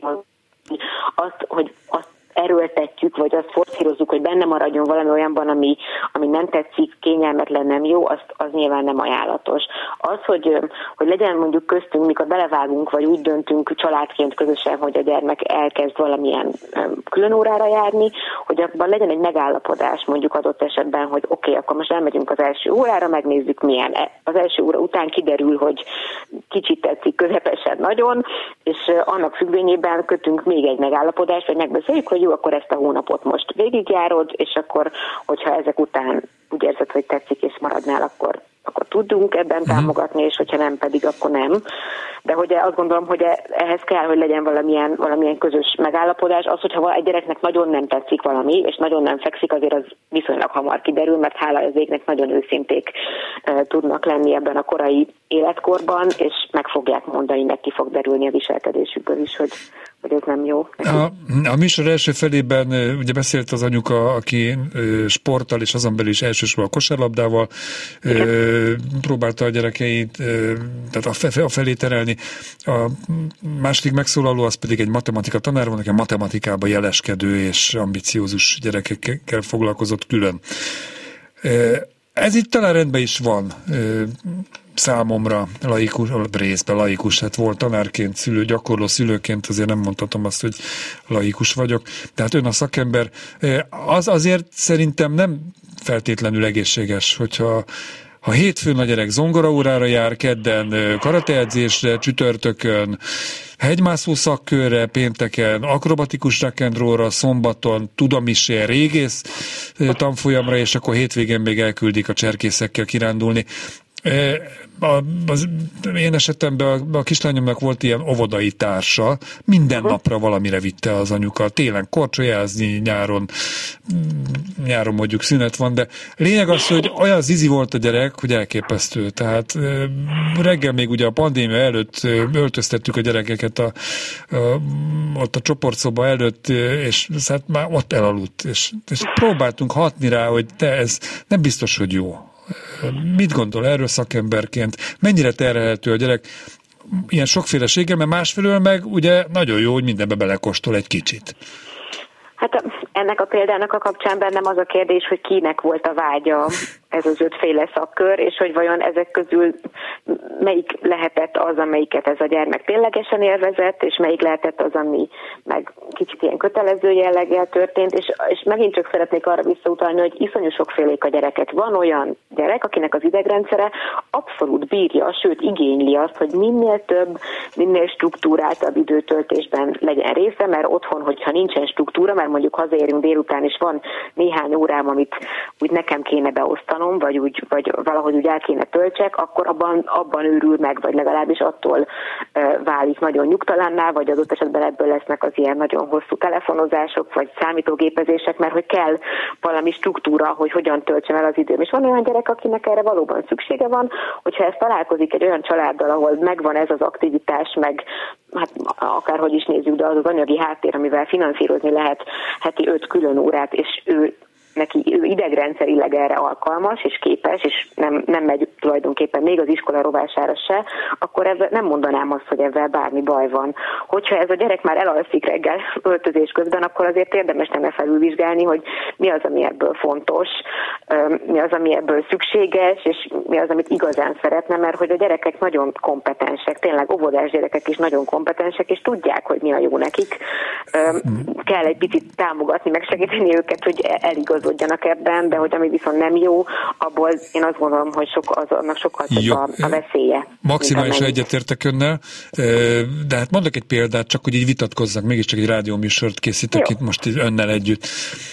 azt, hogy azt erőltetjük, vagy azt forszírozzuk, hogy benne maradjon valami olyanban, ami, ami nem tetszik, kényelmetlen, nem jó, azt, az nyilván nem ajánlatos. Az, hogy, hogy legyen mondjuk köztünk, mikor belevágunk, vagy úgy döntünk családként közösen, hogy a gyermek elkezd valamilyen külön órára járni, hogy abban legyen egy megállapodás mondjuk adott esetben, hogy oké, okay, akkor most elmegyünk az első órára, megnézzük milyen. Az első óra után kiderül, hogy kicsit tetszik, közepesen nagyon, és annak függvényében kötünk még egy megállapodást, vagy megbeszéljük, hogy jó, akkor ezt a hónapot most végigjárod, és akkor, hogyha ezek után úgy érzed, hogy tetszik, és maradnál, akkor akkor tudunk ebben támogatni, és hogyha nem, pedig akkor nem. De hogy azt gondolom, hogy ehhez kell, hogy legyen valamilyen, valamilyen közös megállapodás. Az, hogyha egy gyereknek nagyon nem tetszik valami, és nagyon nem fekszik, azért az viszonylag hamar kiderül, mert hála az égnek nagyon őszinték e, tudnak lenni ebben a korai életkorban, és meg fogják mondani, meg ki fog derülni a viselkedésükből is, hogy hogy ez nem jó. A, a műsor első felében ugye beszélt az anyuka, aki sporttal és azon belül is elsősorban a kosárlabdával ö, próbálta a gyerekeit ö, tehát a felé terelni. A második megszólaló az pedig egy matematika tanár van, aki a matematikában jeleskedő és ambiciózus gyerekekkel foglalkozott külön. Ez itt talán rendben is van. Számomra laikus, részben laikus, hát volt tanárként, szülő, gyakorló szülőként, azért nem mondhatom azt, hogy laikus vagyok. Tehát ön a szakember. Az azért szerintem nem feltétlenül egészséges, hogyha ha hétfőn a gyerek zongoraórára jár, kedden karateedzésre, csütörtökön hegymászó szakkörre, pénteken akrobatikus rock'n'rollra, szombaton tudamisé, régész tanfolyamra, és akkor hétvégén még elküldik a cserkészekkel kirándulni. A, az én esetemben a, a kislányomnak volt ilyen óvodai társa, minden napra valamire vitte az anyuka, télen korcsolyázni, nyáron nyáron mondjuk szünet van, de lényeg az, hogy olyan zizi volt a gyerek, hogy elképesztő, tehát reggel még ugye a pandémia előtt öltöztettük a gyerekeket a, a, ott a csoportszoba előtt, és hát már ott elaludt, és, és próbáltunk hatni rá, hogy te ez nem biztos, hogy jó. Mit gondol erről szakemberként? Mennyire terhelhető a gyerek ilyen sokféleséggel, mert másfelől meg ugye nagyon jó, hogy mindenbe belekóstol egy kicsit. Hát ennek a példának a kapcsán bennem az a kérdés, hogy kinek volt a vágya ez az ötféle szakkör, és hogy vajon ezek közül melyik lehetett az, amelyiket ez a gyermek ténylegesen élvezett, és melyik lehetett az, ami meg kicsit ilyen kötelező jelleggel történt, és, és megint csak szeretnék arra visszautalni, hogy iszonyú sokfélék a gyerekek. Van olyan gyerek, akinek az idegrendszere abszolút bírja, sőt igényli azt, hogy minél több, minél struktúráltabb időtöltésben legyen része, mert otthon, hogyha nincsen struktúra, mert mondjuk hazaérünk délután, és van néhány órám, amit úgy nekem kéne beosztanom, vagy, úgy, vagy valahogy úgy el kéne töltsek, akkor abban, abban őrül meg, vagy legalábbis attól e, válik nagyon nyugtalanná, vagy adott esetben ebből lesznek az ilyen nagyon hosszú telefonozások, vagy számítógépezések, mert hogy kell valami struktúra, hogy hogyan töltsem el az időm. És van olyan gyerek, akinek erre valóban szüksége van, hogyha ez találkozik egy olyan családdal, ahol megvan ez az aktivitás, meg hát akárhogy is nézzük, de az az anyagi háttér, amivel finanszírozni lehet heti öt külön órát, és ő neki ő idegrendszerileg erre alkalmas és képes, és nem, nem megy tulajdonképpen még az iskola rovására se, akkor ezzel nem mondanám azt, hogy ezzel bármi baj van. Hogyha ez a gyerek már elalszik reggel öltözés közben, akkor azért érdemes lenne felülvizsgálni, hogy mi az, ami ebből fontos, mi az, ami ebből szükséges, és mi az, amit igazán szeretne, mert hogy a gyerekek nagyon kompetensek, tényleg óvodás gyerekek is nagyon kompetensek, és tudják, hogy mi a jó nekik. Kell egy picit támogatni, meg segíteni őket, hogy eligaz ebben, de hogy ami viszont nem jó, abból én azt gondolom, hogy sok, az, annak sokkal több a, a veszélye. Maximálisan egyetértek önnel, de hát mondok egy példát, csak hogy így vitatkozzak, mégiscsak egy rádióműsort készítek jó. Itt most önnel együtt.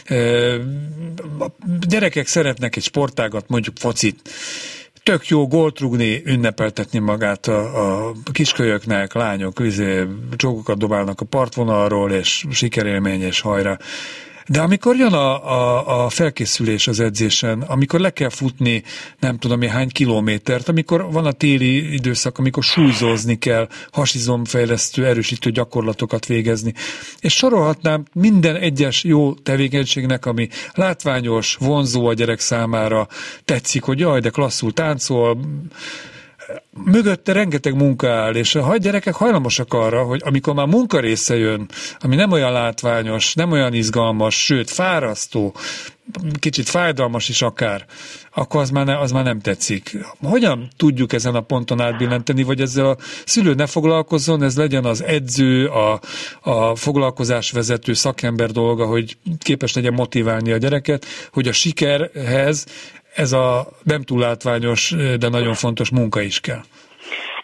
A gyerekek szeretnek egy sportágat, mondjuk focit, tök jó gólt rúgni, ünnepeltetni magát a, a kiskölyöknek, lányok, izé, csókokat dobálnak a partvonalról, és sikerélmény, és hajrá. De amikor jön a, a, a felkészülés az edzésen, amikor le kell futni nem tudom én hány kilométert, amikor van a téli időszak, amikor súlyzózni kell, hasizomfejlesztő, erősítő gyakorlatokat végezni. És sorolhatnám minden egyes jó tevékenységnek, ami látványos, vonzó a gyerek számára, tetszik, hogy jaj, de klasszul táncol, mögötte rengeteg munka áll, és a gyerekek hajlamosak arra, hogy amikor már munka része jön, ami nem olyan látványos, nem olyan izgalmas, sőt fárasztó, kicsit fájdalmas is akár, akkor az már, ne, az már nem tetszik. Hogyan tudjuk ezen a ponton átbillenteni, vagy ezzel a szülő ne foglalkozzon, ez legyen az edző, a, a foglalkozásvezető szakember dolga, hogy képes legyen motiválni a gyereket, hogy a sikerhez ez a nem túl látványos, de nagyon fontos munka is kell.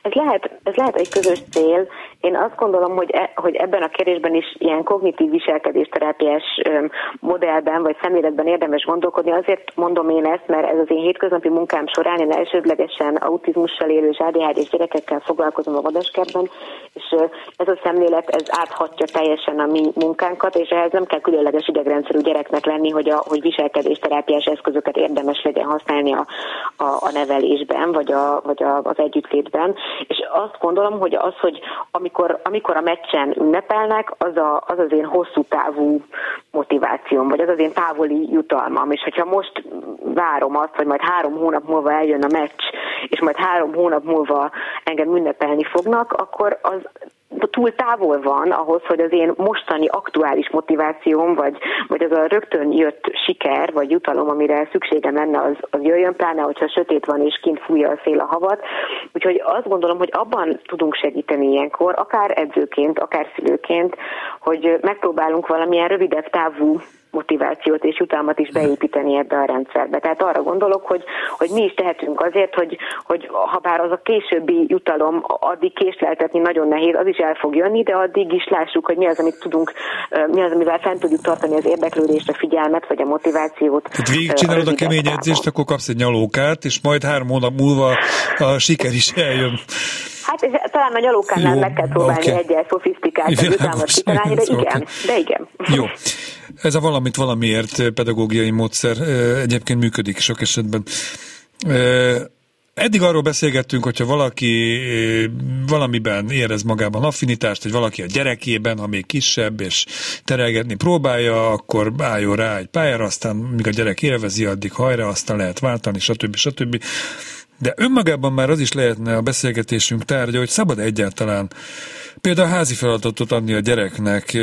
Ez lehet, ez lehet egy közös cél. Én azt gondolom, hogy, e, hogy ebben a kérdésben is ilyen kognitív viselkedésterápiás modellben vagy szemléletben érdemes gondolkodni. Azért mondom én ezt, mert ez az én hétköznapi munkám során én elsődlegesen autizmussal élő és á dé há dés gyerekekkel foglalkozom a vadaskertben, és ez a szemlélet ez áthatja teljesen a mi munkánkat, és ehhez nem kell különleges idegrendszerű gyereknek lenni, hogy, a, hogy viselkedésterápiás eszközöket érdemes legyen használni a, a, a nevelésben, vagy, a, vagy a, az együttlétben. És azt gondolom, hogy az, hogy amikor, amikor a meccsen ünnepelnek, az, a, az az én hosszú távú motivációm, vagy az az én távoli jutalmam, és hogyha most várom azt, hogy majd három hónap múlva eljön a meccs, és majd három hónap múlva engem ünnepelni fognak, akkor az túl távol van ahhoz, hogy az én mostani aktuális motivációm, vagy, vagy az a rögtön jött siker, vagy jutalom, amire szükségem lenne, az, az jöjjön, pláne, hogyha sötét van, és kint fújja a szél a havat. Úgyhogy azt gondolom, hogy abban tudunk segíteni ilyenkor, akár edzőként, akár szülőként, hogy megpróbálunk valamilyen rövidebb távú motivációt és jutalmat is beépíteni ebbe a rendszerbe. Tehát arra gondolok, hogy, hogy mi is tehetünk azért, hogy, hogy ha bár az a későbbi jutalom addig késleltetni nagyon nehéz, az is el fog jönni, de addig is lássuk, hogy mi az, amit tudunk, mi az, amivel fent tudjuk tartani az érdeklődést, a figyelmet, vagy a motivációt. Hát végigcsinálod a kemény edzést, akkor kapsz egy nyalókát, és majd három hónap múlva a siker is eljön. Hát és talán a nyalókánál meg kell próbálni okay. egyel szofisztikált jutalmat kitalálni, de igen, okay. de igen. Jó. Ez a valamit valamiért pedagógiai módszer egyébként működik sok esetben. Eddig arról beszélgettünk, hogyha valaki valamiben érez magában affinitást, hogy valaki a gyerekében, ha még kisebb, és terelgetni próbálja, akkor álljon rá egy pályára, aztán míg a gyerek élvezi, addig hajra, aztán lehet váltani, stb. stb. De önmagában már az is lehetne a beszélgetésünk tárgya, hogy szabad egyáltalán például házi feladatot adni a gyereknek,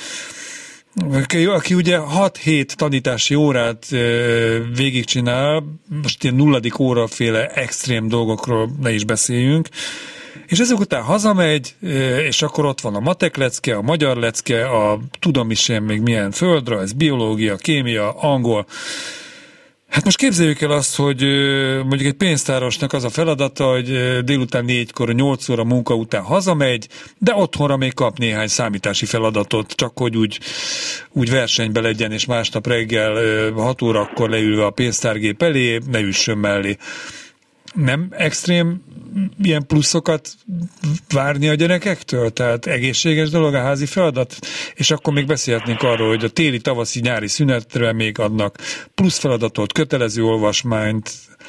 aki ugye hat-hét tanítási órát végigcsinál, most ilyen nulladik óraféle extrém dolgokról ne is beszéljünk, és ezek után hazamegy, és akkor ott van a matek lecke, a magyar lecke, a tudom is én még milyen földrajz, biológia, kémia, angol. Hát most képzeljük el azt, hogy mondjuk egy pénztárosnak az a feladata, hogy délután négykor, nyolc óra munka után hazamegy, de otthonra még kap néhány számítási feladatot, csak hogy úgy, úgy versenybe legyen, és másnap reggel hat órakor leülve a pénztárgép elé, ne üssön mellé. Nem extrém ilyen pluszokat várni a gyerekektől? Tehát egészséges dolog a házi feladat? És akkor még beszélhetnénk arról, hogy a téli, tavaszi, nyári szünetre még adnak plusz feladatot, kötelező olvasmányt.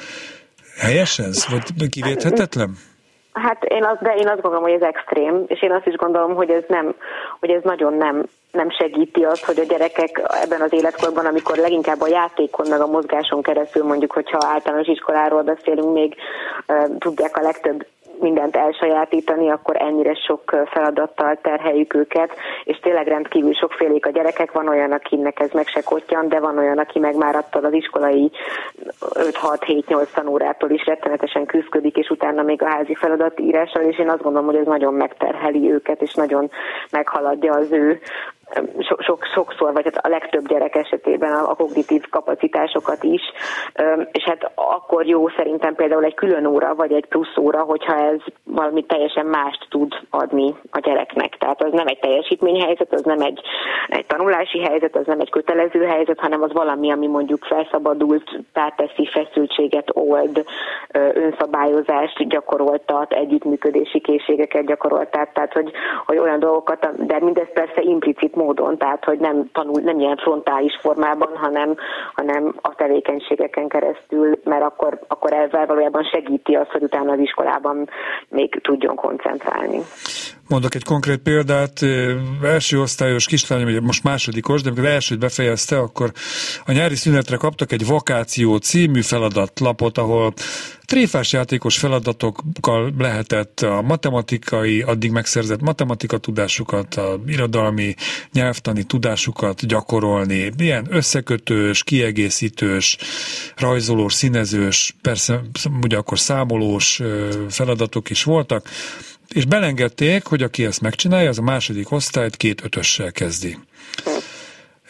Helyes ez? Vagy kivéthetetlen? Hát én, az, de én azt gondolom, hogy ez extrém, és én azt is gondolom, hogy ez nem, hogy ez nagyon nem, nem segíti azt, hogy a gyerekek ebben az életkorban, amikor leginkább a játékon, meg a mozgáson keresztül, mondjuk, hogyha általános iskoláról beszélünk, még uh, tudják a legtöbb mindent elsajátítani, akkor ennyire sok feladattal terheljük őket, és tényleg rendkívül sokfélék a gyerekek, van olyan, akinek ez meg se kottyan, de van olyan, aki meg már attól az iskolai öt-hat-hét-nyolc tanórától is rettenetesen küzdködik, és utána még a házi feladat írással, és én azt gondolom, hogy ez nagyon megterheli őket, és nagyon meghaladja az ő Sok, sokszor, vagy a legtöbb gyerek esetében a, a kognitív kapacitásokat is, és hát akkor jó szerintem például egy külön óra, vagy egy plusz óra, hogyha ez valami teljesen mást tud adni a gyereknek. Tehát az nem egy teljesítményhelyzet, az nem egy, egy tanulási helyzet, az nem egy kötelező helyzet, hanem az valami, ami mondjuk felszabadult, teszi, feszültséget old, önszabályozást gyakoroltat, együttműködési készségeket gyakoroltat, tehát hogy, hogy olyan dolgokat, de mindez persze implicit módon, tehát hogy nem tanul, nem ilyen frontális formában, hanem, hanem a tevékenységeken keresztül, mert akkor, akkor ezzel valójában segíti azt, hogy utána az iskolában még tudjon koncentrálni. Mondok egy konkrét példát, első osztályos kislányom, most másodikos, de amikor elsőt befejezte, akkor a nyári szünetre kaptak egy vakáció című feladatlapot, ahol tréfás játékos feladatokkal lehetett a matematikai, addig megszerzett matematika tudásukat, a irodalmi, nyelvtani tudásukat gyakorolni. Ilyen összekötős, kiegészítős, rajzolós, színezős, persze ugye akkor számolós feladatok is voltak, és belengedték, hogy aki ezt megcsinálja, az a második osztályt két ötössel kezdi.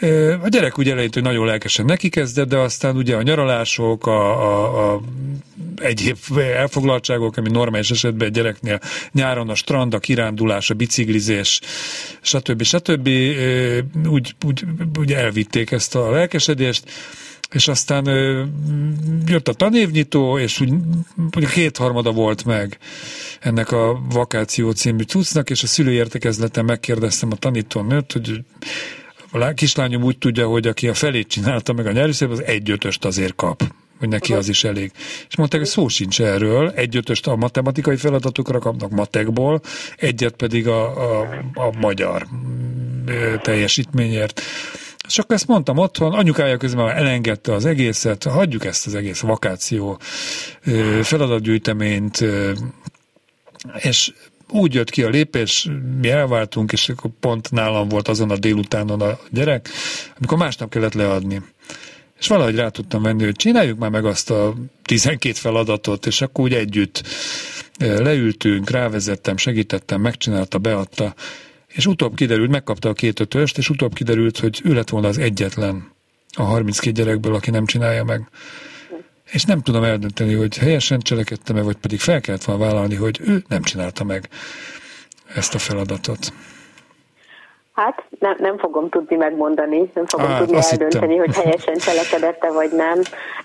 A gyerek ugye elejét, hogy nagyon lelkesen neki kezdett, de aztán ugye a nyaralások, a, a, a egyéb elfoglaltságok, ami normális esetben egy gyereknél nyáron a strand, a kirándulás, a biciklizés, stb. stb. Úgy, úgy, úgy elvitték ezt a lelkesedést, és aztán ö, jött a tanévnyitó, és úgy, úgy kétharmada volt meg ennek a Vakáció című cuccnak, és a szülői értekezleten megkérdeztem a tanítónőt, hogy a kislányom úgy tudja, hogy aki a felét csinálta meg a nyári szünet, az egy ötöst azért kap, hogy neki az is elég. És mondták, hogy szó sincs erről, egy ötöst a matematikai feladatokra kapnak matekból, egyet pedig a, a, a magyar teljesítményért. És akkor ezt mondtam otthon, anyukája közben elengedte az egészet, hagyjuk ezt az egész vakáció feladatgyűjteményt, és úgy jött ki a lépés, mi elváltunk, és akkor pont nálam volt azon a délutánon a gyerek, amikor másnap kellett leadni. És valahogy rá tudtam venni, hogy csináljuk már meg azt a tizenkét feladatot, és akkor úgy együtt leültünk, rávezettem, segítettem, megcsinálta, beadta, és utóbb kiderült, megkapta a két ötöst, és utóbb kiderült, hogy ő lett volna az egyetlen a harminckét gyerekből, aki nem csinálja meg. És nem tudom eldönteni, hogy helyesen cselekedtem-e, vagy pedig fel kellett volna vállalni, hogy ő nem csinálta meg ezt a feladatot. Hát nem, nem fogom tudni megmondani, nem fogom Á, tudni eldönteni, hittem. hogy helyesen cselekedette, vagy nem.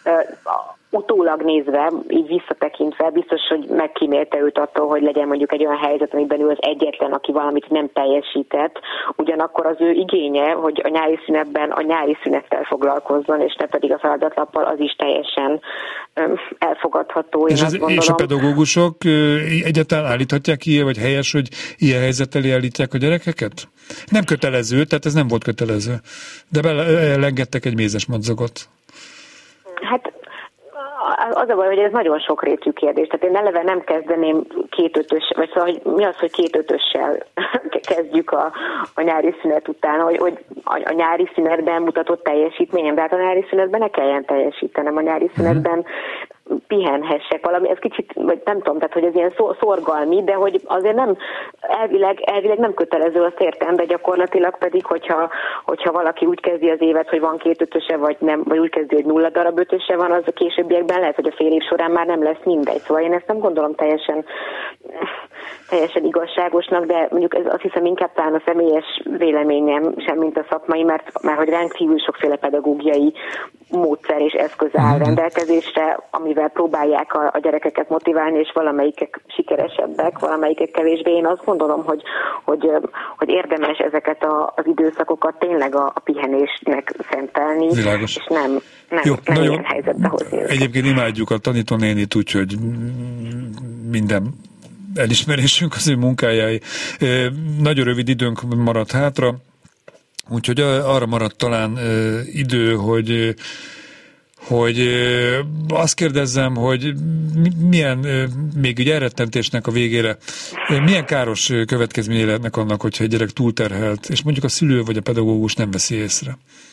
Utólag nézve, így visszatekintve, biztos, hogy megkímélte őt attól, hogy legyen mondjuk egy olyan helyzet, amiben ő az egyetlen, aki valamit nem teljesített. Ugyanakkor az ő igénye, hogy a nyári szünetben a nyári szünettel foglalkozzon, és ne pedig a feladatlappal, az is teljesen öm, elfogadható. És, az, és a pedagógusok egyáltalán állíthatják ilyen, vagy helyes, hogy ilyen helyzet elé állítják a gyerekeket? Nem kötelező, tehát ez nem volt kötelező. De belengedtek egy mézes madzagot. Hát az a baj, hogy ez nagyon sokrétű kérdés. Tehát én eleve nem kezdeném két ötös, vagy szóval, hogy mi az, hogy két ötössel kezdjük a, a nyári szünet után, hogy, hogy a, a nyári szünetben mutatott teljesítményem, de hát a nyári szünetben ne kelljen teljesítenem, a nyári szünetben pihenhessek valami, ez kicsit, vagy nem tudom, tehát hogy ez ilyen szorgalmi, de hogy azért nem, elvileg, elvileg nem kötelező, azt értem, de gyakorlatilag pedig, hogyha, hogyha valaki úgy kezdi az évet, hogy van két ötöse, vagy nem, vagy úgy kezdi, hogy nulla darab ötöse van, az a későbbiekben lehet, hogy a fél év során már nem lesz mindegy. Szóval én ezt nem gondolom teljesen teljesen igazságosnak, de mondjuk ez azt hiszem inkább talán a személyes véleményem sem, mint a szakmai, mert már hogy rendkívül sokféle pedagógiai módszer és eszköz áll rendelkezésre, amivel próbálják a, a gyerekeket motiválni, és valamelyikek sikeresebbek, valamelyikek kevésbé. Én azt gondolom, hogy, hogy, hogy érdemes ezeket a, az időszakokat tényleg a, a pihenésnek szentelni, Világos. és nem, nem, jó, nem nagyon, ilyen helyzetbe hozni. Egyébként imádjuk a tanítónénit, úgyhogy minden elismerésünk az ő munkájai. Nagyon rövid időnk maradt hátra, úgyhogy arra maradt talán idő, hogy hogy azt kérdezzem, hogy milyen, még egy elrettentésnek a végére, milyen káros következményei lehetnek annak, hogyha egy gyerek túlterhelt, és mondjuk a szülő vagy a pedagógus nem veszi észre?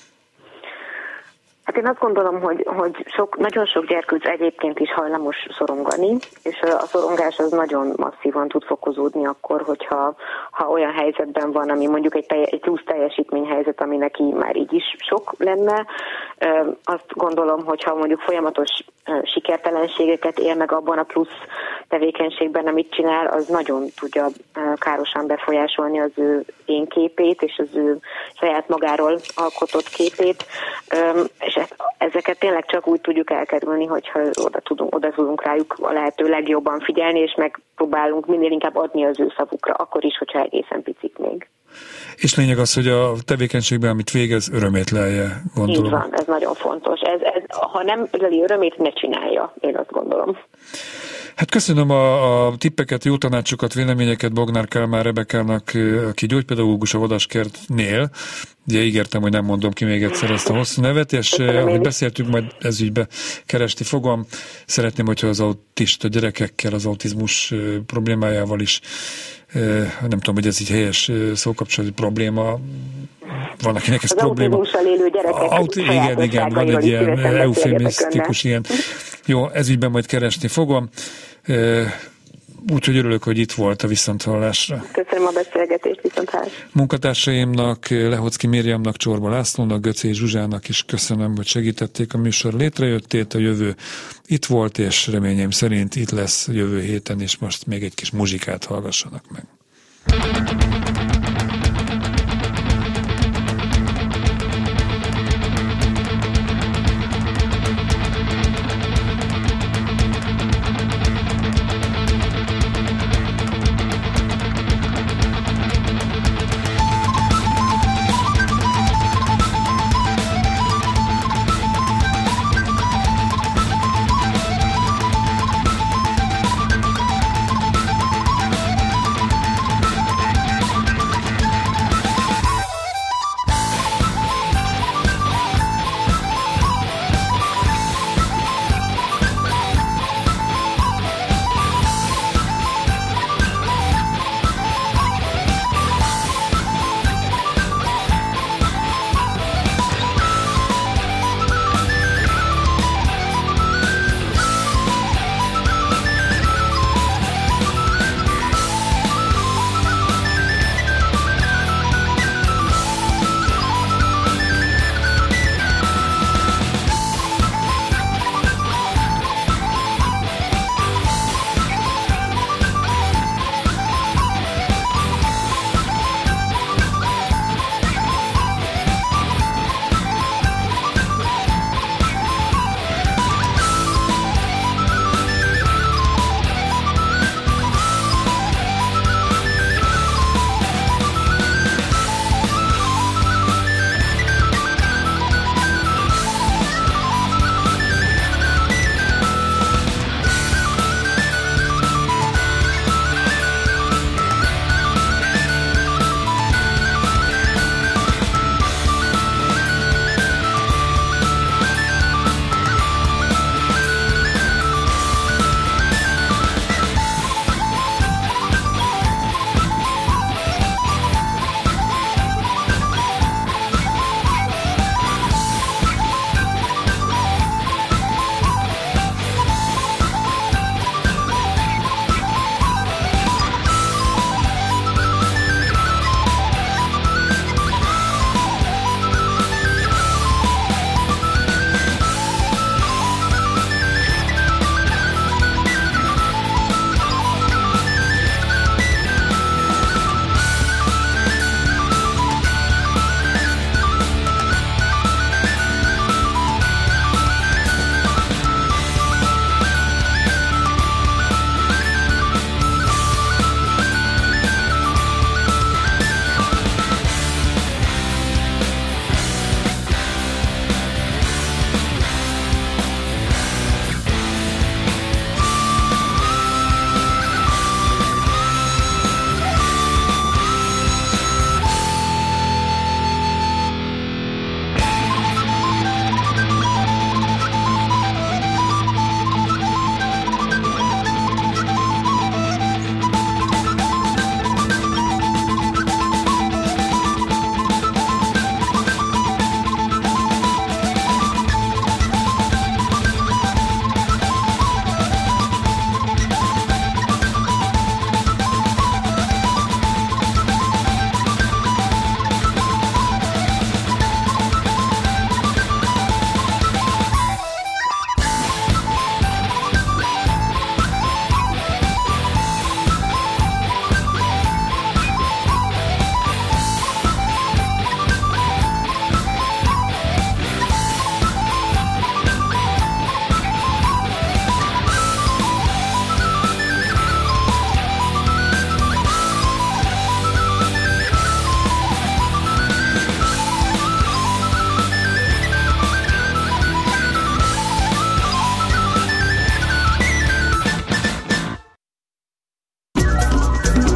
Hát én azt gondolom, hogy, hogy sok, nagyon sok gyerkőc egyébként is hajlamos szorongani, és a szorongás az nagyon masszívan tud fokozódni akkor, hogyha ha olyan helyzetben van, ami mondjuk egy, telj, egy plusz teljesítményhelyzet, ami neki már így is sok lenne. Azt gondolom, hogyha mondjuk folyamatos sikertelenségeket él meg abban a plusz tevékenységben, amit csinál, az nagyon tudja károsan befolyásolni az ő én képét, és az ő saját magáról alkotott képét, és ezeket tényleg csak úgy tudjuk elkerülni, hogyha oda tudunk, oda tudunk rájuk a lehető legjobban figyelni, és megpróbálunk minél inkább adni az ő szavukra, akkor is, hogyha egészen picik még. És lényeg az, hogy a tevékenységben, amit végez, örömét lelje, gondolom. Így van, ez nagyon fontos. Ez, ez, ha nem leli örömét, ne csinálja, én azt gondolom. Hát köszönöm a, a tippeket, jó tanácsokat, véleményeket Bognár Kálmán Rebekának, aki gyógypedagógus a Vadaskertnél. Ugye ígértem, hogy nem mondom ki még egyszer ezt a hosszú nevet, és ahogy beszéltünk, majd ezügybe keresni fogom. Szeretném, hogyha az autista gyerekekkel, az autizmus problémájával is, nem tudom, hogy ez így helyes szókapcsolati probléma, van, akinek ez az probléma. Az autizmussal élő gyerekek Aut- igen, igen, van egy ilyen eufemisztikus ilyen. Jó, ezügyben majd keresni fogom. úgyhogy örülök, hogy itt volt a viszonthallásra. Köszönöm a beszélgetést, viszonthallásra. Munkatársaimnak, Lehocki Miriamnak, Csorba Lászlónak, Göcé Zsuzsának is köszönöm, hogy segítették a műsor létrejöttét. A jövő itt volt, és reményeim szerint itt lesz jövő héten, és most még egy kis muzsikát hallgassanak meg.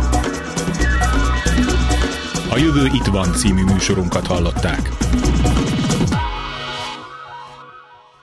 A Jövő itt van című műsorunkat hallották.